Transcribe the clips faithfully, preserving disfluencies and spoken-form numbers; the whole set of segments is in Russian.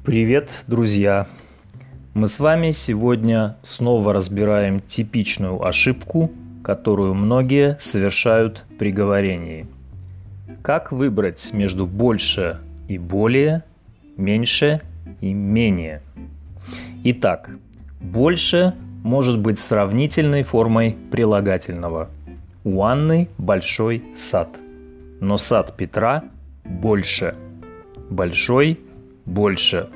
Привет, друзья! Мы с вами сегодня снова разбираем типичную ошибку, которую многие совершают при говорении. Как выбрать между больше и более, меньше и менее? Итак, больше может быть сравнительной формой прилагательного. У Анны большой сад, но сад Петра больше. Большой больше.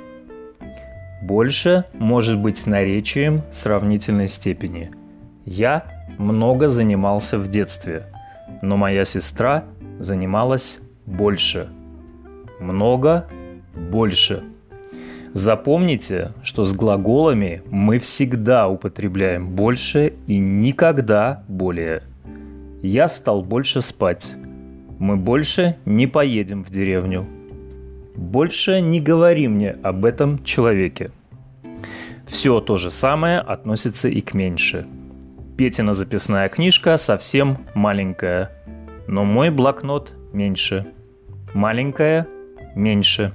Больше может быть наречием сравнительной степени. Я много занимался в детстве, но моя сестра занималась больше. Много больше. Запомните, что с глаголами мы всегда употребляем больше и никогда более. Я стал больше спать. Мы больше не поедем в деревню. Больше не говори мне об этом человеке. Все то же самое относится и к меньше. Петина записная книжка совсем маленькая, но мой блокнот меньше. Маленькая меньше.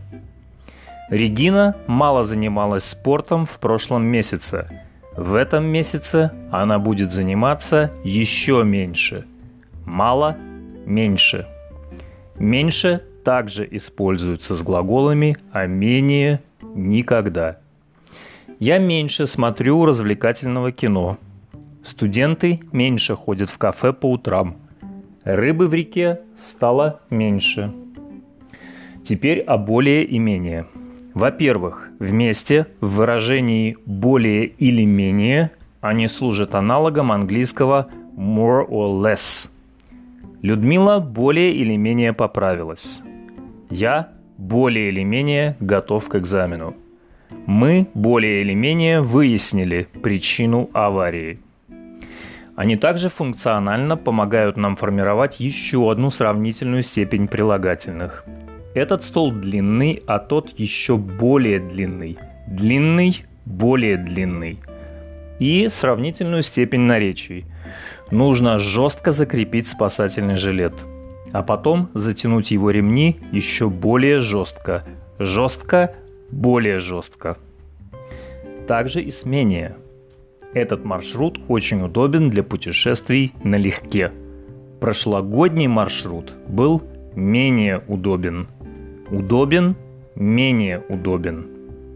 Регина мало занималась спортом в прошлом месяце. В этом месяце она будет заниматься еще меньше. Мало меньше. Меньше также используются с глаголами, а менее никогда. Я меньше смотрю развлекательного кино. Студенты меньше ходят в кафе по утрам. Рыбы в реке стало меньше. Теперь о более и менее. Во-первых, вместе в выражении «более» или «менее» они служат аналогом английского more or less. Людмила более или менее поправилась. Я более или менее готов к экзамену. Мы более или менее выяснили причину аварии. Они также функционально помогают нам формировать еще одну сравнительную степень прилагательных. Этот стол длинный, а тот еще более длинный. Длинный, более длинный. И сравнительную степень наречий. Нужно жестко закрепить спасательный жилет, а потом затянуть его ремни еще более жестко. Жестко, более жестко. Также и с менее. Этот маршрут очень удобен для путешествий налегке. Прошлогодний маршрут был менее удобен. Удобен, менее удобен.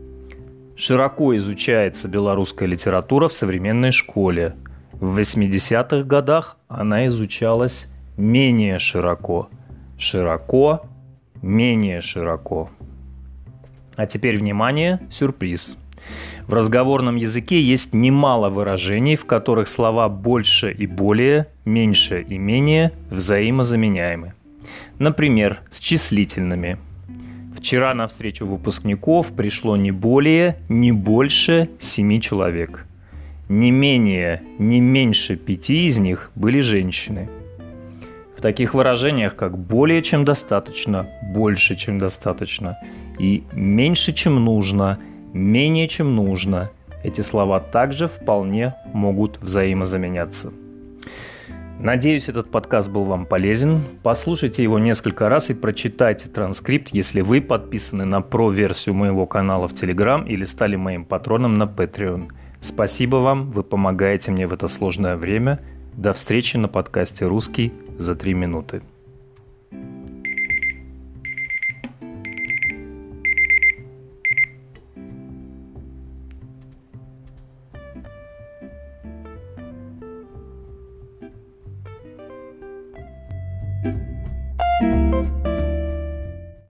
Широко изучается белорусская литература в современной школе. В восьмидесятых годах она изучалась менее широко. Широко, менее широко. А теперь, внимание, сюрприз. В разговорном языке есть немало выражений, в которых слова «больше» и «более», «меньше» и «менее» взаимозаменяемы. Например, с числительными. Вчера на встречу выпускников пришло не более, не больше семи человек. Не менее, не меньше пяти из них были женщины. В таких выражениях, как «более чем достаточно», «больше чем достаточно» и «меньше чем нужно», «менее чем нужно», эти слова также вполне могут взаимозаменяться. Надеюсь, этот подкаст был вам полезен. Послушайте его несколько раз и прочитайте транскрипт, если вы подписаны на про-версию моего канала в Telegram или стали моим патроном на Patreon. Спасибо вам, вы помогаете мне в это сложное время. До встречи на подкасте «Русский за три минуты».